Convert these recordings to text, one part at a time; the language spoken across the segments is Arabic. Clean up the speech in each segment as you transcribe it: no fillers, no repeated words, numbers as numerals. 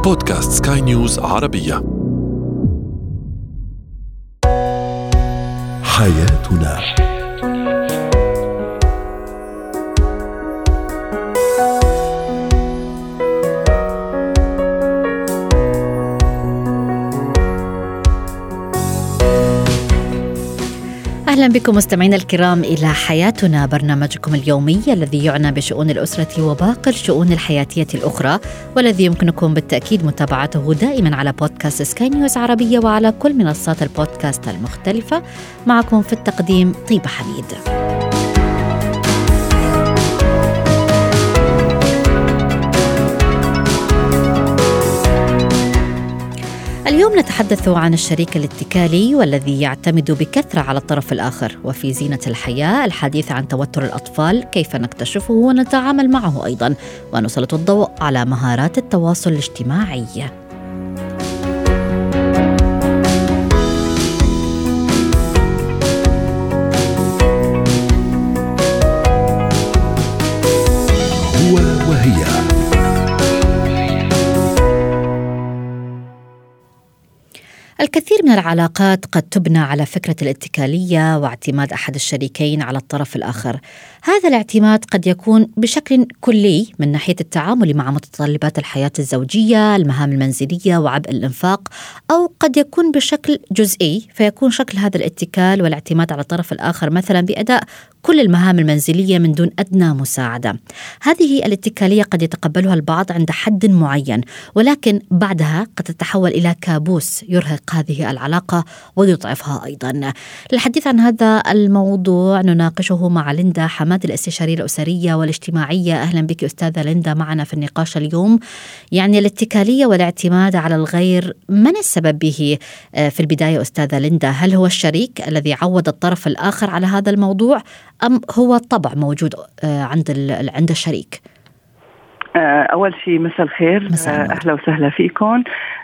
بودكاست سكاي نيوز عربية. حياتنا. أهلا بكم مستمعينا الكرام إلى حياتنا، برنامجكم اليومي الذي يعنى بشؤون الأسرة وباقي الشؤون الحياتية الأخرى، والذي يمكنكم بالتأكيد متابعته دائما على بودكاست سكاي نيوز عربية وعلى كل منصات البودكاست المختلفة. معكم في التقديم طيبة حميد. اليوم نتحدث عن الشريك الاتكالي والذي يعتمد بكثرة على الطرف الآخر، وفي زينة الحياة الحديث عن توتر الأطفال، كيف نكتشفه ونتعامل معه أيضا، ونسلط الضوء على مهارات التواصل الاجتماعي. هو وهي. الكثير من العلاقات قد تبنى على فكرة الاتكالية واعتماد أحد الشريكين على الطرف الآخر. هذا الاعتماد قد يكون بشكل كلي من ناحية التعامل مع متطلبات الحياة الزوجية، المهام المنزلية وعبء الإنفاق، أو قد يكون بشكل جزئي، فيكون شكل هذا الاتكال والاعتماد على الطرف الآخر مثلا بأداء كل المهام المنزلية من دون أدنى مساعدة. هذه الاتكالية قد يتقبلها البعض عند حد معين، ولكن بعدها قد تتحول إلى كابوس يرهق هذه العلاقة ويضعفها أيضا. للحديث عن هذا الموضوع نناقشه مع ليندا حماد، الاستشارية الأسرية والاجتماعية. أهلا بك أستاذة ليندا معنا في النقاش اليوم. يعني الاتكالية والاعتماد على الغير، من السبب به في البداية أستاذة ليندا؟ هل هو الشريك الذي عود الطرف الآخر على هذا الموضوع، أم هو طبع موجود عند الشريك؟ أول شيء مساء الخير، أهلا وسهلا فيكم.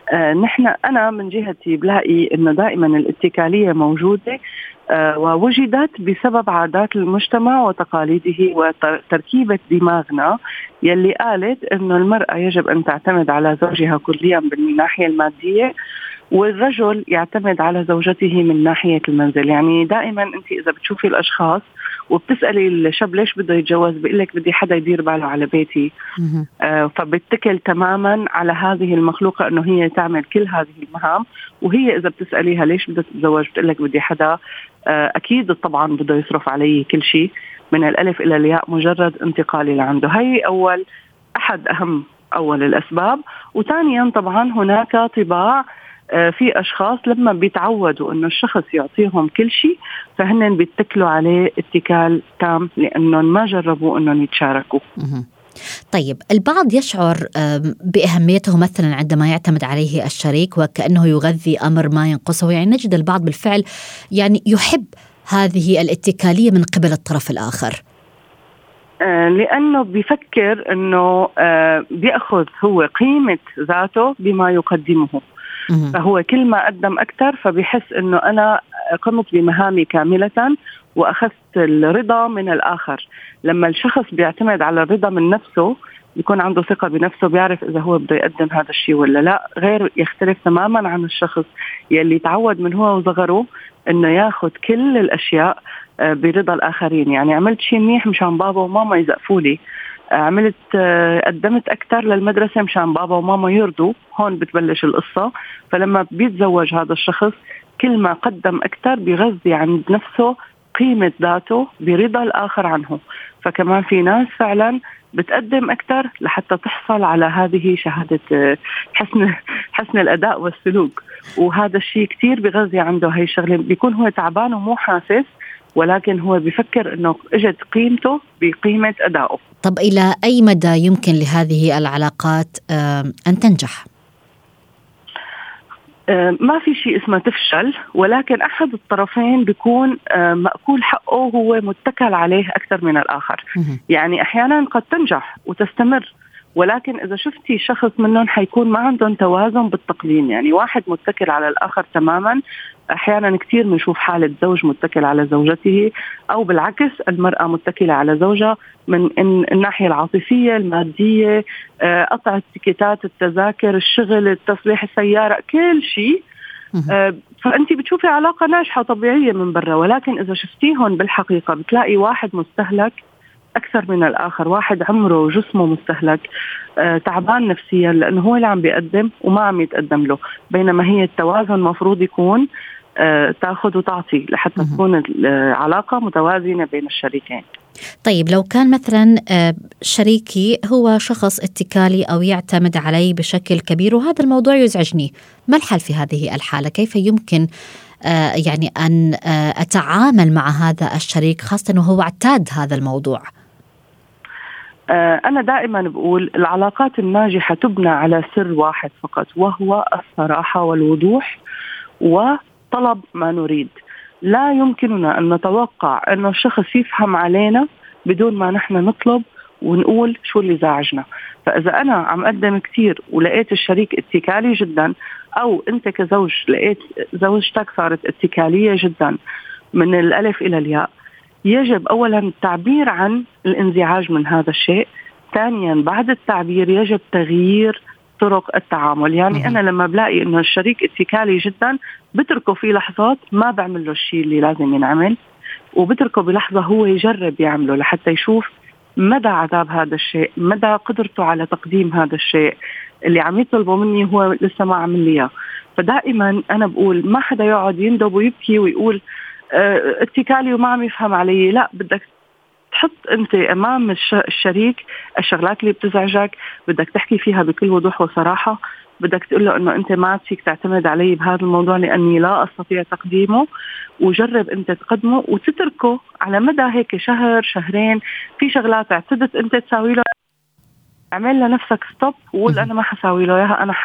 أنا من جهتي بلاقي إنه دائما الاتكالية موجودة ووجدت بسبب عادات المجتمع وتقاليده وتركيبة دماغنا يلي قالت إنه المرأة يجب أن تعتمد على زوجها كليا بالناحية المادية، والرجل يعتمد على زوجته من ناحية المنزل. يعني دائما أنت إذا بتشوفي الأشخاص وبتسألي الشاب ليش بده يتجوز، بيقولك بدي حدا يدير باله على بيتي. فبتكل تماما على هذه المخلوقة أنه هي تعمل كل هذه المهام. وهي إذا بتسأليها ليش بدها تتزوج، بتقولك بدي حدا أكيد طبعا بده يصرف علي كل شيء من الألف إلى الياء، مجرد انتقالي لعنده. هي أحد أول الأسباب. وثانيا طبعا هناك طباع في أشخاص لما بيتعودوا أنه الشخص يعطيهم كل شيء فهن بيتكلوا عليه اتكال تام، لأنهم ما جربوا أنهم يتشاركوا. طيب، البعض يشعر بأهميته مثلا عندما يعتمد عليه الشريك وكأنه يغذي أمر ما ينقصه. يعني نجد البعض بالفعل يعني يحب هذه الاتكالية من قبل الطرف الآخر، لأنه بيفكر أنه بيأخذ هو قيمة ذاته بما يقدمه. فهو كل ما قدم أكثر فبيحس أنه أنا قمت بمهامي كاملة وأخذت الرضا من الآخر. لما الشخص بيعتمد على الرضا من نفسه بيكون عنده ثقة بنفسه، بيعرف إذا هو بده يقدم هذا الشيء ولا لا. غير يختلف تماما عن الشخص يلي تعود من هو وصغره أنه ياخد كل الأشياء برضا الآخرين. يعني عملت شيء منيح مشان بابا وماما يزقفولي، قدمت أكثر للمدرسة مشان بابا وماما يرضوا، هون بتبلش القصة. فلما بيتزوج هذا الشخص كل ما قدم أكثر بيغذي عند نفسه قيمة ذاته برضا الآخر عنه. فكمان في ناس فعلا بتقدم أكثر لحتى تحصل على هذه شهادة حسن الأداء والسلوك، وهذا الشيء كتير بيغذي عنده هاي الشغلة. بيكون هو تعبان ومو حاسس، ولكن هو بيفكر أنه اجت قيمته بقيمة أدائه. طب إلى أي مدى يمكن لهذه العلاقات أن تنجح؟ ما في شيء اسمه تفشل، ولكن أحد الطرفين بيكون مأكول حقه، هو متكل عليه أكثر من الآخر. يعني أحيانا قد تنجح وتستمر، ولكن إذا شفتي شخص منهم حيكون ما عندهم توازن بالتقديم، يعني واحد متكل على الآخر تماما، أحيانا كتير بنشوف حالة زوج متكل على زوجته، أو بالعكس المرأة متكلة على زوجها من الناحية العاطفية، المادية، قطع التيكيتات، التذاكر، الشغل، تصليح السيارة، كل شيء. فأنت بتشوفي علاقة ناجحة طبيعية من برا، ولكن إذا شفتيهم بالحقيقة بتلاقي واحد مستهلك أكثر من الآخر، واحد عمره وجسمه مستهلك، تعبان نفسيا لأنه هو اللي عم بيقدم وما عم يتقدم له، بينما هي التوازن مفروض يكون تأخذ وتعطي لحتى تكون العلاقة متوازنة بين الشريكين. طيب لو كان مثلا شريكي هو شخص اتكالي أو يعتمد علي بشكل كبير وهذا الموضوع يزعجني، ما الحل في هذه الحالة؟ كيف يمكن يعني أن أتعامل مع هذا الشريك خاصة أنه هو اعتاد هذا الموضوع؟ أنا دائما بقول العلاقات الناجحة تبنى على سر واحد فقط، وهو الصراحة والوضوح وطلب ما نريد. لا يمكننا أن نتوقع أن الشخص يفهم علينا بدون ما نحن نطلب ونقول شو اللي زعجنا. فإذا أنا عم أقدم كتير ولقيت الشريك اتكالي جدا، أو أنت كزوج لقيت زوجتك صارت اتكالية جدا من الألف إلى الياء، يجب أولا التعبير عن الانزعاج من هذا الشيء. ثانيا بعد التعبير يجب تغيير طرق التعامل. يعني أنا لما بلاقي إنه الشريك اتكالي جدا بتركه في لحظات ما بعمل له الشيء اللي لازم ينعمل، وبتركه بلحظة هو يجرب يعمله لحتى يشوف مدى عذاب هذا الشيء، مدى قدرته على تقديم هذا الشيء اللي عم يطلبه مني هو لسه ما عمل لي. فدائما أنا بقول ما حدا يقعد يندب ويبكي ويقول اتكالي وما عم يفهم علي. لا، بدك تحط أنت أمام الشريك الشغلات اللي بتزعجك، بدك تحكي فيها بكل وضوح وصراحة، بدك تقول له أنه أنت ما فيك تعتمد علي بهذا الموضوع لأني لا أستطيع تقديمه، وجرب أنت تقدمه وتتركه على مدى هيك شهر شهرين. في شغلات اعتدت أنت تساوي له، اعمل لنفسك ستوب وقول أنا ما حساوي له إياها، أنا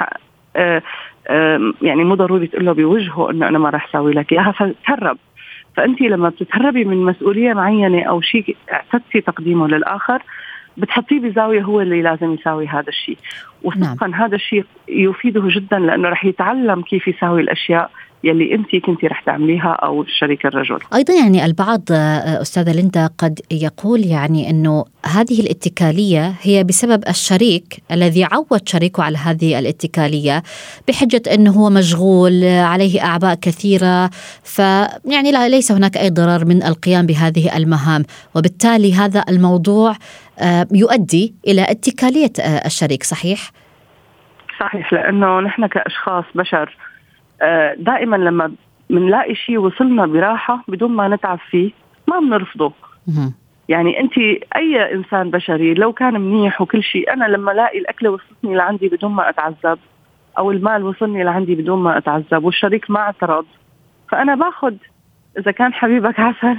يعني مو ضروري تقول له بوجهه أنه أنا ما رح ساوي لك إياها، فتهرب. فأنت لما بتتهربي من مسؤولية معينة أو شيء اعتدتي تقديمه للآخر بتحطيه بزاوية هو اللي لازم يساوي هذا الشيء، وصدقا هذا الشيء يفيده جدا لأنه رح يتعلم كيف يساوي الأشياء يلي أنت كنتي رح تعمليها أو الشريك الرجل. أيضا يعني البعض أستاذة ليندا قد يقول يعني أنه هذه الاتكالية هي بسبب الشريك الذي عود شريكه على هذه الاتكالية بحجة أنه هو مشغول عليه أعباء كثيرة، فيعني ليس هناك أي ضرر من القيام بهذه المهام، وبالتالي هذا الموضوع يؤدي إلى اتكالية الشريك. صحيح؟ صحيح، لأنه نحن كأشخاص بشر دائما لما منلاقي شيء وصلنا براحة بدون ما نتعب فيه ما بنرفضه. يعني أنت أي إنسان بشري لو كان منيح وكل شيء، أنا لما لاقي الأكل وصلني لعندي بدون ما أتعذب، أو المال وصلني لعندي بدون ما أتعذب، والشريك ما اعترض، فأنا باخد. إذا كان حبيبك عسل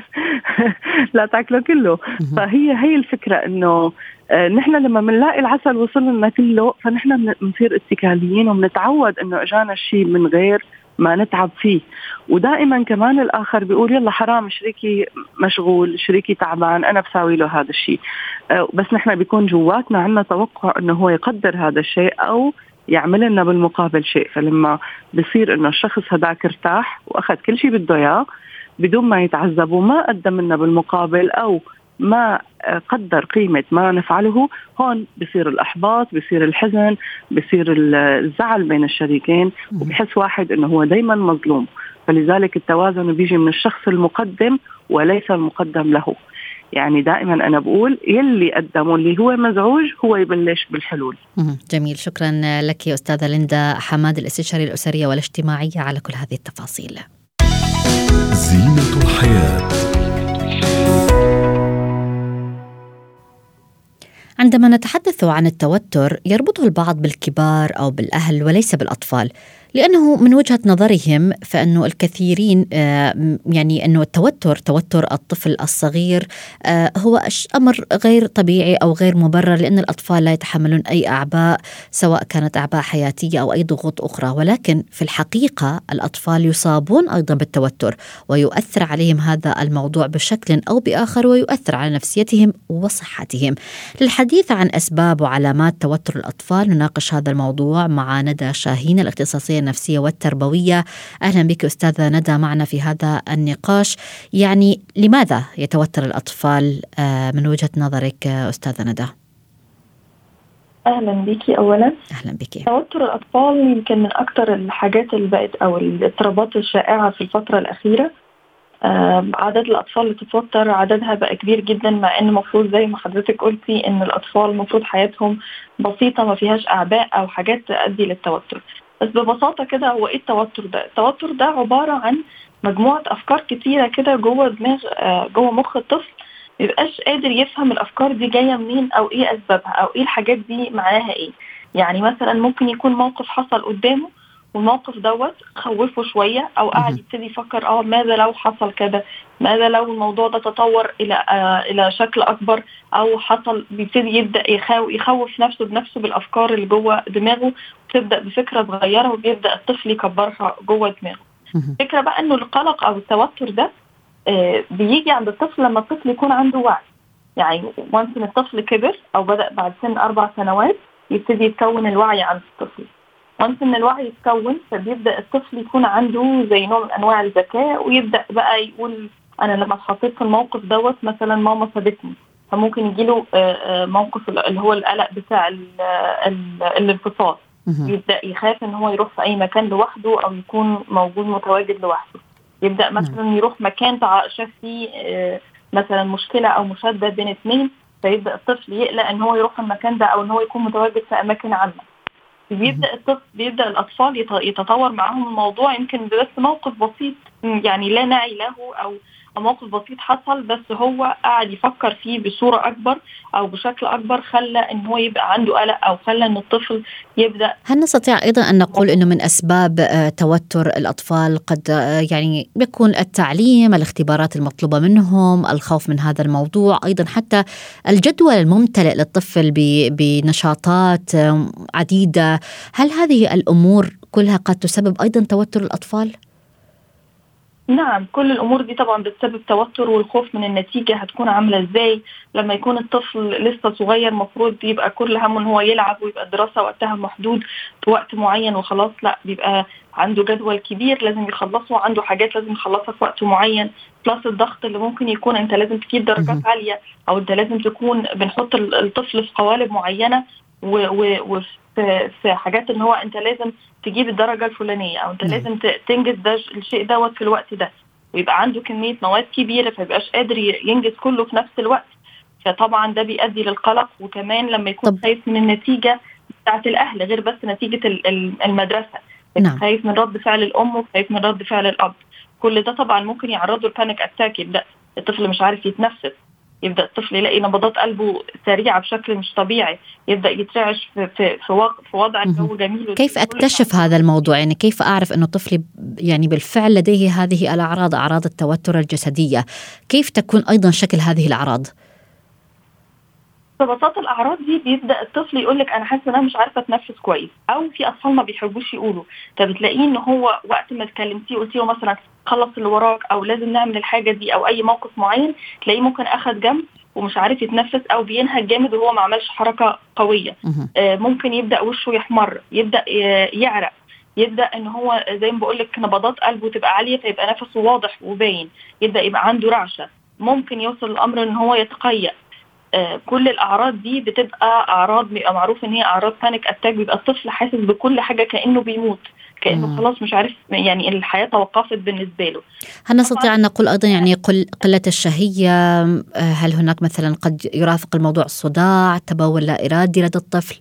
لا تاكله كله. فهي الفكرة إنه نحن لما منلاقي العسل وصل لنا كله فنحن بنصير اتكاليين وبنتعود إنه إجانا الشيء من غير ما نتعب فيه. ودائما كمان الآخر بيقول يلا حرام شريكي مشغول، شريكي تعبان، أنا بساوي له هذا الشيء. بس نحن بيكون جواتنا عنا توقع إنه هو يقدر هذا الشيء أو يعمل لنا بالمقابل شيء. فلما بيصير إنه الشخص هداك ارتاح وأخذ كل شيء بده إياه بدون ما يتعذب وما قدم لنا بالمقابل أو ما قدر قيمة ما نفعله، هون بصير الإحباط، بصير الحزن، بصير الزعل بين الشريكين، وبحس واحد إنه هو دايما مظلوم. فلذلك التوازن بيجي من الشخص المقدم وليس المقدم له. يعني دائما أنا بقول يلي قدمه اللي هو مزعوج هو يبلش بالحلول. جميل، شكرا لك يا أستاذة ليندا حماد، الاستشارية الأسرية والاجتماعية، على كل هذه التفاصيل. زينة الحياة. عندما نتحدث عن التوتر يربطه البعض بالكبار أو بالأهل وليس بالأطفال، لأنه من وجهة نظرهم فإنه الكثيرين يعني أنه توتر الطفل الصغير هو أمر غير طبيعي أو غير مبرر، لأن الأطفال لا يتحملون أي أعباء سواء كانت أعباء حياتية أو أي ضغوط أخرى. ولكن في الحقيقة الأطفال يصابون أيضا بالتوتر ويؤثر عليهم هذا الموضوع بشكل أو بآخر، ويؤثر على نفسيتهم وصحتهم. للحديث عن أسباب وعلامات توتر الأطفال نناقش هذا الموضوع مع ندى شاهين، الاختصاصية النفسية والتربوية. أهلا بك أستاذة ندى معنا في هذا النقاش. يعني لماذا يتوتر الأطفال من وجهة نظرك أستاذة ندى؟ أهلا بيكي. أولا أهلا بك. توتر الأطفال يمكن من أكتر الحاجات اللي بقت أو الاضطرابات الشائعة في الفترة الأخيرة. عدد الأطفال اللي تتوتر عددها بقى كبير جدا، مع إن المفروض زي ما حضرتك قلتي إن الأطفال المفروض حياتهم بسيطة ما فيهاش أعباء أو حاجات تؤدي للتوتر. بس ببساطة كده، هو إيه التوتر ده؟ التوتر ده عبارة عن مجموعة أفكار كتيرة كده جوه دماغ جوه مخ الطفل، ميبقاش قادر يفهم الأفكار دي جاية منين أو إيه أسبابها أو إيه الحاجات دي معناها إيه. يعني مثلا ممكن يكون موقف حصل قدامه والموقف دوت خوفه شوية، أو قاعد يبتدي يفكر ماذا لو حصل كده، ماذا لو الموضوع ده تطور إلى شكل أكبر، أو حصل بيبتدي يبدأ يخوف نفسه بنفسه بالأفكار اللي جوه دماغه، تبدأ بفكرة صغيرة وبيبدأ الطفل يكبرها جوه دماغه. فكرة بقى إنه القلق أو التوتر ده بيجي عند الطفل لما الطفل يكون عنده وعي. يعني وانس ان الطفل كبر او بدأ بعد سن 4 سنوات يبتدي يتكون الوعي عند الطفل. وانس ان الوعي يتكون فبيبدأ الطفل يكون عنده زي نوع من انواع الذكاء، ويبدأ بقى يقول انا لما اتحطيت في الموقف دوت مثلا ماما سابتني، فممكن يجيله موقف اللي هو القلق بتاع الانفصال، يبدأ يخاف ان هو يروح في اي مكان لوحده او يكون موجود متواجد لوحده. يبدأ مثلا يروح مكان شاف فيه مثلا مشكلة أو مشادة بين اثنين، فيبدأ الطفل يقلق أن هو يروح المكان ده أو أن هو يكون متواجد في أماكن عامة. بيبدأ الأطفال يتطور معهم الموضوع، يمكن بس موقف بسيط يعني لا نعي له أو موقف بسيط حصل، بس هو قاعد يفكر فيه بصورة أكبر أو بشكل أكبر، خلى إن هو يبقى عنده قلق أو خلى إن الطفل يبدأ. هل نستطيع أيضا أن نقول إنه من أسباب توتر الأطفال قد يعني بيكون التعليم، الاختبارات المطلوبة منهم، الخوف من هذا الموضوع، أيضا حتى الجدول الممتلئ للطفل بنشاطات عديدة؟ هل هذه الأمور كلها قد تسبب أيضا توتر الأطفال؟ نعم، كل الأمور دي طبعا بتسبب توتر، والخوف من النتيجة هتكون عاملة ازاي لما يكون الطفل لسه صغير. مفروض يبقى كل همه ان هو يلعب، ويبقى الدراسة وقتها محدود في وقت معين وخلاص، لا بيبقى عنده جدول كبير لازم يخلصه، عنده حاجات لازم يخلصها في وقت معين، بلس الضغط اللي ممكن يكون انت لازم تجيب درجات عالية، او انت لازم تكون بنحط الطفل في قوالب معينة في حاجات ان هو انت لازم تجيب الدرجة الفلانية، او انت لازم تنجز ده الشيء دوت في الوقت ده، ويبقى عنده كمية مواد كبيرة فيبقاش قادر ينجز كله في نفس الوقت. فطبعا ده بيؤدي للقلق، وكمان لما يكون خايف من النتيجة بتاعت الأهل غير بس نتيجة المدرسة، خايف من رد فعل الأم وخايف من رد فعل الأب، كل ده طبعا ممكن يعرضه البانيك أتاك. يبدأ الطفل مش عارف يتنفس، يبدأ الطفل يلاقي نبضات قلبه سريعة بشكل مش طبيعي، يبدأ يترعش في وضع جو جميل. كيف أكتشف هذا الموضوع؟ يعني كيف أعرف أنه طفلي يعني بالفعل لديه هذه الأعراض، أعراض التوتر الجسدية؟ كيف تكون أيضا شكل هذه الأعراض؟ ببساطة الأعراض دي بيبدأ الطفل يقولك أنا حاسس إن أنا مش عارفة أتنفس كويس، أو في أطفال ما بيحبوش يقولوا، فبتلاقيه إن هو وقت ما تكلمتيه قلتيه مثلا خلص اللي وراك أو لازم نعمل الحاجة دي أو أي موقف معين، تلاقيه ممكن أخذ جنب ومش عارف يتنفس أو بينهج جامد وهو ما عملش حركة قوية. ممكن يبدأ وشه يحمر، يبدأ يعرق، يبدأ إن هو زي ما بقولك نبضات قلبه تبقى عالية فيبقى نفسه واضح وباين، يبدأ يبقى عنده رعشة، ممكن يوصل الأمر إن هو يتقيأ. كل الأعراض دي بتبقى أعراض بيبقى معروف إن هي أعراض بانيك أتاك، بيبقى الطفل حاسس بكل حاجة كأنه بيموت، كأنه خلاص مش عارف، يعني الحياة توقفت بالنسبة له. هل نستطيع أن نقول أيضا يعني قلة الشهية؟ هل هناك مثلا قد يرافق الموضوع الصداع، تبول لا إرادي لدى الطفل؟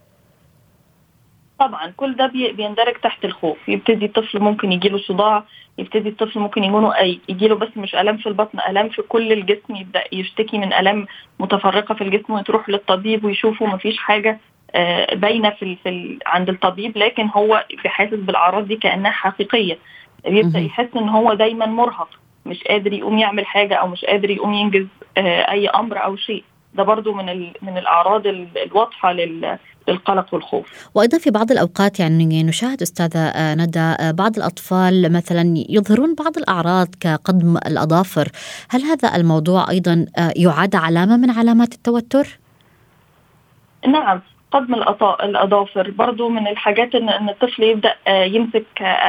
طبعا كل ده بيندرج تحت الخوف. يبتدي الطفل ممكن يجيله صداع، يبتدي الطفل ممكن يجيله بس مش ألم في البطن، ألم في كل الجسم، يبدأ يشتكي من ألم متفرقة في الجسم وتروح للطبيب ويشوفوا مفيش حاجة باينة عند الطبيب، لكن هو في حاسس بالأعراض دي كأنها حقيقية. يبدأ يحس إن هو دايما مرهق، مش قادر يقوم يعمل حاجة أو مش قادر يقوم ينجز أي أمر أو شيء. ده برضو من الأعراض الواضحة للقلق والخوف. وأيضا في بعض الأوقات يعني نشاهد أستاذة ندى بعض الأطفال مثلا يظهرون بعض الأعراض كقضم الأظافر، هل هذا الموضوع أيضا يعد علامة من علامات التوتر؟ نعم، صدم الأظافر برضو من الحاجات إن الطفل يبدأ يمسك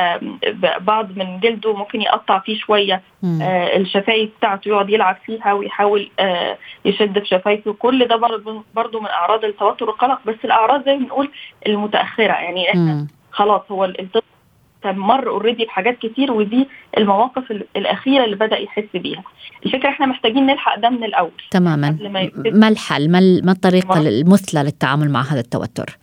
بعض من جلده، ممكن يقطع فيه شوية الشفايف بتاعته، يقعد يلعب فيها ويحاول يشد في شفايفه. كل ده برضو من أعراض التوتر والقلق، بس الأعراض زي ما بنقول المتأخرة. يعني إحنا خلاص هو الطفل مر اوريدي بحاجات كتير، ودي المواقف الأخيرة اللي بدأ يحس بيها. الفكرة احنا محتاجين نلحق ده من الأول تماما. ما الحل؟ ما الطريقة المثلى للتعامل مع هذا التوتر؟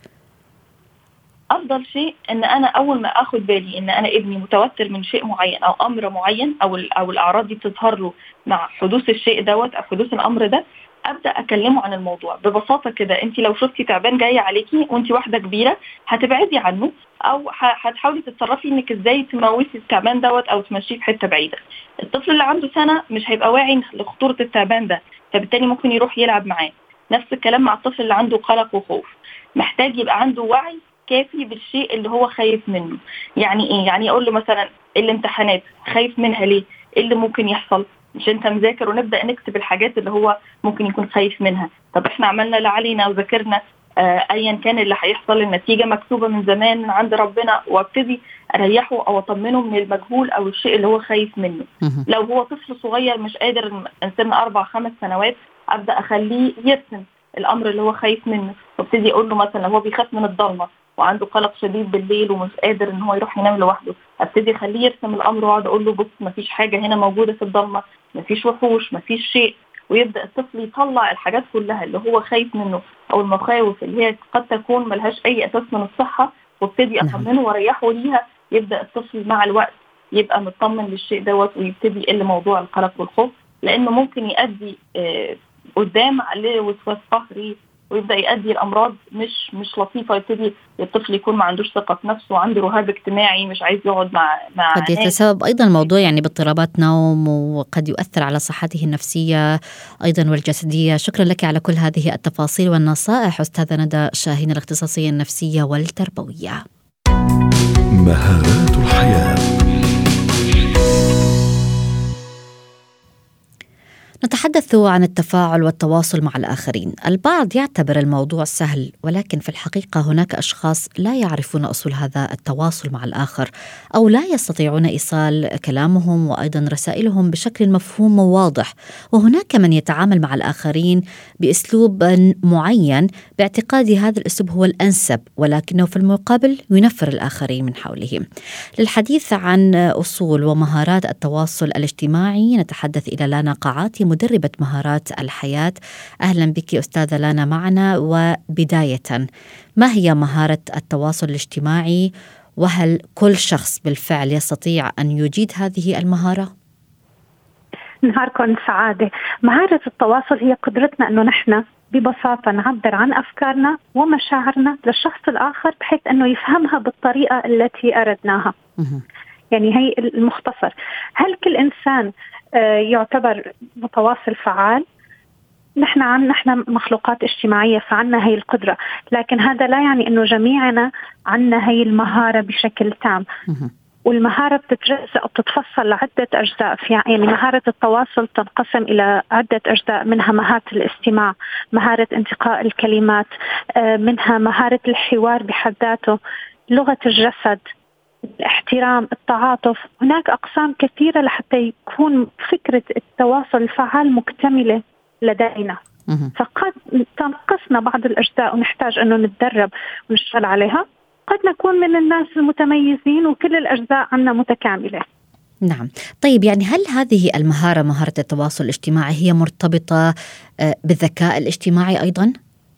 أفضل شيء إن أنا أول ما أخد بالي إن أنا ابني متوتر من شيء معين أو أمر معين أو الأعراض دي بتظهر له مع حدوث الشيء دوت أو حدوث الأمر ده، أبدأ أكلمه عن الموضوع ببساطة كده. أنت لو شفتي تعبان جاي عليكي وأنت واحدة كبيرة هتبعدي عنه، أو هتحاولي تتصرفي إنك إزاي تموتي التعبان دوت أو تمشيه في حتة بعيدة. الطفل اللي عنده سنة مش هيبقى واعي لخطورة التعبان ده، فبالتالي ممكن يروح يلعب معاه. نفس الكلام مع الطفل اللي عنده قلق وخوف، محتاج يبقى عنده وعي كافي بالشيء اللي هو خايف منه. يعني إيه؟ يعني أقول له مثلا الامتحانات خايف منها ليه؟ إيه اللي ممكن يحصل؟ مش انت مذاكر؟ ونبدأ نكتب الحاجات اللي هو ممكن يكون خايف منها. طب احنا عملنا اللي علينا وذاكرنا، ايا كان اللي هيحصل، النتيجة مكتوبة من زمان من عند ربنا، وابتدي اريحه او اطمنه من المجهول او الشيء اللي هو خايف منه. لو هو طفل صغير مش قادر من سن 4-5 سنوات، ابدأ اخليه يرسم الامر اللي هو خايف منه، وابتدي اقول له مثلا لو هو بيخاف من الضلمة وعنده قلق شديد بالليل ومش قادر ان هو يروح ينام لوحده، ابتدي اخليه يرسم الامر واقعد اقول له بص مفيش حاجه هنا موجوده في الضلمه، مفيش وحوش، مفيش شيء. ويبدا الطفل يطلع الحاجات كلها اللي هو خايف منه او المخاوف اللي هي قد تكون ملهاش اي اساس من الصحه، وابتدي اطمنه واريحه ليها. يبدا الطفل مع الوقت يبقى مطمن للشيء دوت، ويبتدي يقل موضوع القلق والخوف، لانه ممكن يؤدي قدام عليه وسواس قهري، ويبدأ يؤدي الأمراض مش لطيفة. يبتدي الطفل يكون ما عندوش ثقة في نفسه وعنده رهاب اجتماعي، مش عايز يقعد مع قد يتسبب أيضا الموضوع يعني باضطرابات نوم، وقد يؤثر على صحته النفسية أيضا والجسدية. شكرا لك على كل هذه التفاصيل والنصائح أستاذة ندى شاهين، الاختصاصية النفسية والتربوية. مهارات الحياة. نتحدث عن التفاعل والتواصل مع الآخرين. البعض يعتبر الموضوع سهل، ولكن في الحقيقة هناك أشخاص لا يعرفون أصول هذا التواصل مع الآخر، أو لا يستطيعون إيصال كلامهم وأيضا رسائلهم بشكل مفهوم وواضح. وهناك من يتعامل مع الآخرين بأسلوب معين باعتقاد هذا الأسلوب هو الأنسب، ولكنه في المقابل ينفر الآخرين من حوله. للحديث عن أصول ومهارات التواصل الاجتماعي نتحدث إلى لانا قاعاتي، مدربة مهارات الحياة. أهلا بك أستاذة لانا معنا. وبداية، ما هي مهارة التواصل الاجتماعي، وهل كل شخص بالفعل يستطيع أن يجيد هذه المهارة؟ نهاركم سعادة. مهارة التواصل هي قدرتنا أنه نحن ببساطة نعبر عن أفكارنا ومشاعرنا للشخص الآخر بحيث أنه يفهمها بالطريقة التي أردناها. يعني هي المختصر. هل كل إنسان يعتبر متواصل فعال؟ نحن مخلوقات اجتماعية، فعنا هي القدرة، لكن هذا لا يعني أنه جميعنا عنا هي المهارة بشكل تام. والمهارة بتتجزأ وبتتفصل لعدة أجزاء. يعني مهارة التواصل تنقسم إلى عدة أجزاء، منها مهارة الاستماع، مهارة انتقاء الكلمات، منها مهارة الحوار بحد ذاته، لغة الجسد، الاحترام، التعاطف. هناك أقسام كثيرة لحتى يكون فكرة التواصل الفعال مكتملة لدينا. فقد تنقصنا بعض الأجزاء ونحتاج أنه نتدرب ونشتغل عليها. قد نكون من الناس المتميزين وكل الأجزاء عنا متكاملة. نعم. طيب، يعني هل هذه المهارة، مهارة التواصل الاجتماعي، هي مرتبطة بالذكاء الاجتماعي أيضاً؟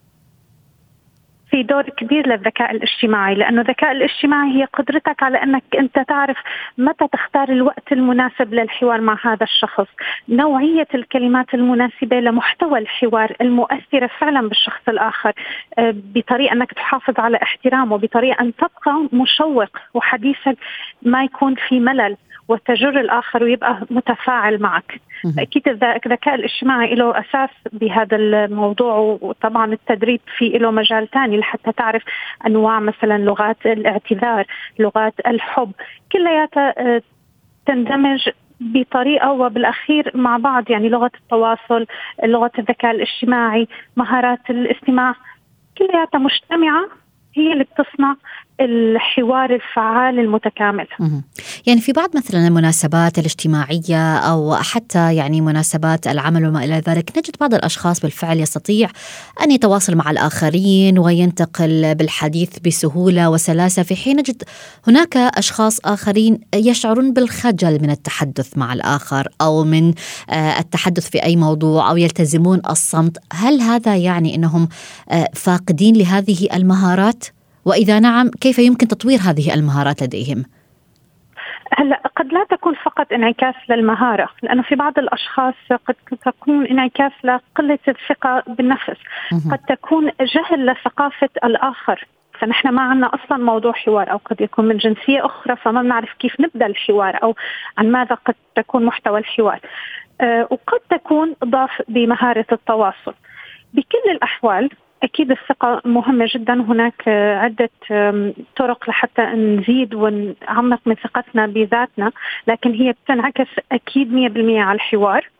في دور كبير للذكاء الاجتماعي، لأنه الذكاء الاجتماعي هي قدرتك على أنك أنت تعرف متى تختار الوقت المناسب للحوار مع هذا الشخص، نوعية الكلمات المناسبة لمحتوى الحوار المؤثرة فعلا بالشخص الآخر، بطريقة أنك تحافظ على احترامه، بطريقة أن تبقى مشوق وحديثك ما يكون في ملل وتجر الآخر ويبقى متفاعل معك. أكيد الذكاء الاجتماعي له أساس بهذا الموضوع، وطبعا التدريب فيه له مجال تاني لحتى تعرف أنواع مثلا لغات الاعتذار، لغات الحب، كلها تندمج بطريقة وبالأخير مع بعض. يعني لغة التواصل، لغة الذكاء الاجتماعي، مهارات الاستماع، كلياتها مجتمعة هي اللي بتصنع الحوار الفعال المتكامل. يعني في بعض مثلا المناسبات الاجتماعية أو حتى يعني مناسبات العمل وما إلى ذلك نجد بعض الأشخاص بالفعل يستطيع أن يتواصل مع الآخرين وينتقل بالحديث بسهولة وسلاسة، في حين نجد هناك أشخاص آخرين يشعرون بالخجل من التحدث مع الآخر أو من التحدث في أي موضوع أو يلتزمون الصمت. هل هذا يعني أنهم فاقدين لهذه المهارات؟ وإذا نعم، كيف يمكن تطوير هذه المهارات لديهم؟ هلا قد لا تكون فقط انعكاس للمهارة، لأنه في بعض الأشخاص قد تكون انعكاس لقلة الثقة بالنفس، قد تكون جهل لثقافة الآخر، فنحن ما عنا أصلا موضوع حوار، أو قد يكون من جنسية أخرى فما بنعرف كيف نبدأ الحوار أو عن ماذا قد تكون محتوى الحوار. وقد تكون ضعف بمهارة التواصل. بكل الأحوال أكيد الثقة مهمة جدا. هناك عدة طرق لحتى نزيد ونعمق من ثقتنا بذاتنا، لكن هي بتنعكس أكيد 100% على الحوار.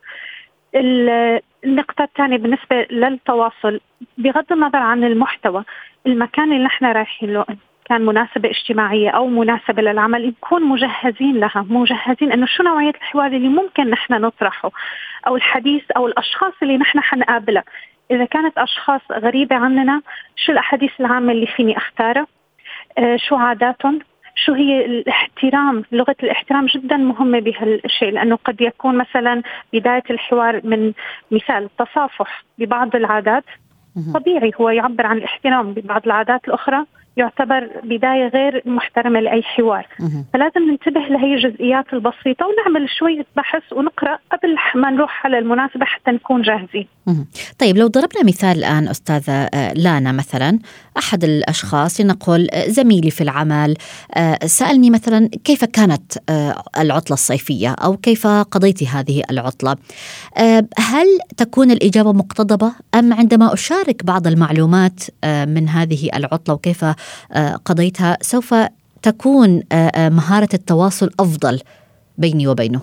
النقطة الثانية بالنسبة للتواصل، بغض النظر عن المحتوى، المكان اللي نحن رايحين له كان مناسبة اجتماعية أو مناسبة للعمل، نكون مجهزين لها، مجهزين أنه شو نوعية الحوار اللي ممكن نحن نطرحه أو الحديث أو الأشخاص اللي نحن حنقابلها. إذا كانت أشخاص غريبة عننا، شو الأحاديث العامة اللي فيني أختارها، شو عاداتهم، شو هي الاحترام. لغة الاحترام جدا مهمة بهالشيء، لأنه قد يكون مثلا بداية الحوار من مثال التصافح ببعض العادات طبيعي هو يعبر عن الاحترام، ببعض العادات الأخرى يعتبر بداية غير محترمة لأي حوار. فلازم ننتبه لهي الجزئيات البسيطة ونعمل شوية بحث ونقرأ قبل ما نروح على المناسبة حتى نكون جاهزين. طيب لو ضربنا مثال الآن أستاذة لانا، مثلا أحد الأشخاص لنقول زميلي في العمل سألني مثلا كيف كانت العطلة الصيفية أو كيف قضيتي هذه العطلة، هل تكون الإجابة مقتضبة أم عندما أشارك بعض المعلومات من هذه العطلة وكيف قضيتها سوف تكون مهارة التواصل أفضل بيني وبينه؟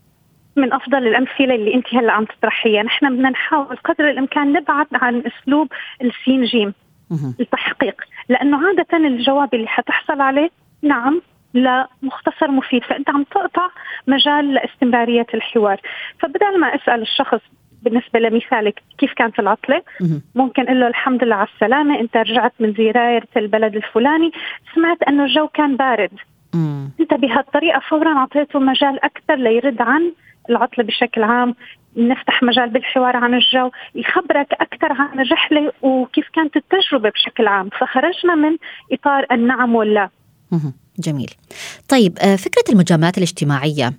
من أفضل الأمثلة اللي أنت هلأ عم تطرحيها. نحن بدنا نحاول قدر الإمكان نبعد عن أسلوب السين جيم التحقيق، لأنه عادة الجواب اللي حتحصل عليه نعم لا مختصر مفيد، فأنت عم تقطع مجال لاستمرارية الحوار. فبدل ما أسأل الشخص بالنسبة لمثالك كيف كانت العطلة، ممكن أقول له الحمد لله على السلامة، أنت رجعت من زيارة البلد الفلاني، سمعت أنه الجو كان بارد. أنت بهالطريقة فورا أعطيته مجال أكثر ليرد عن العطلة بشكل عام، نفتح مجال بالحوار عن الجو، يخبرك أكثر عن الرحلة وكيف كانت التجربة بشكل عام، فخرجنا من إطار النعم واللا. جميل. طيب فكرة المجاملات الاجتماعية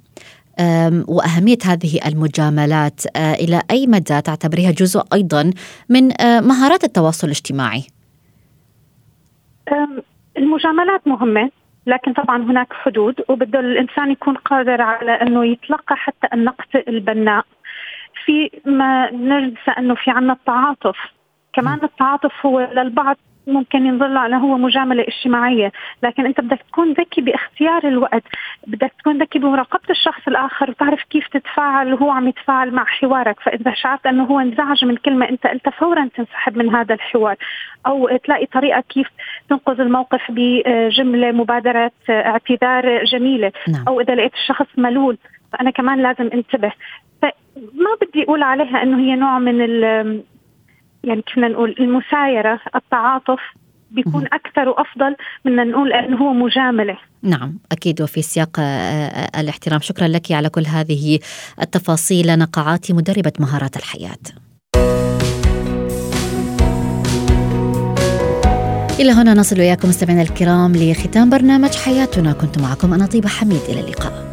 وأهمية هذه المجاملات إلى أي مدى تعتبريها جزء أيضا من مهارات التواصل الاجتماعي؟ المجاملات مهمة، لكن طبعا هناك حدود، وبده الإنسان يكون قادر على أنه يتلقى حتى النقد البناء. في ما ننسى أنه في عنا التعاطف كمان. التعاطف هو للبعض ممكن ينظر له هو مجاملة اجتماعية، لكن أنت بدك تكون ذكي باختيار الوقت، بدك تكون ذكي بمراقبة الشخص الآخر وتعرف كيف تتفاعل وهو عم يتفاعل مع حوارك. فإذا شعرت أنه هو انزعج من كلمة أنت قلتها فورا تنسحب من هذا الحوار، أو تلاقي طريقة كيف تنقذ الموقف بجملة مبادرة اعتذار جميلة. أو إذا لقيت الشخص ملول فأنا كمان لازم انتبه. فما بدي أقول عليها أنه هي نوع من يعني كنا نقول المسايرة، التعاطف بيكون أكثر وأفضل من نقول أنه هو مجاملة. نعم أكيد، وفي سياق الاحترام. شكرا لك على كل هذه التفاصيل. نقعاتي مدربة مهارات الحياة. إلى هنا نصل وياكم مستمعينا الكرام لختام برنامج حياتنا. كنت معكم أنا طيبة حميد، إلى اللقاء.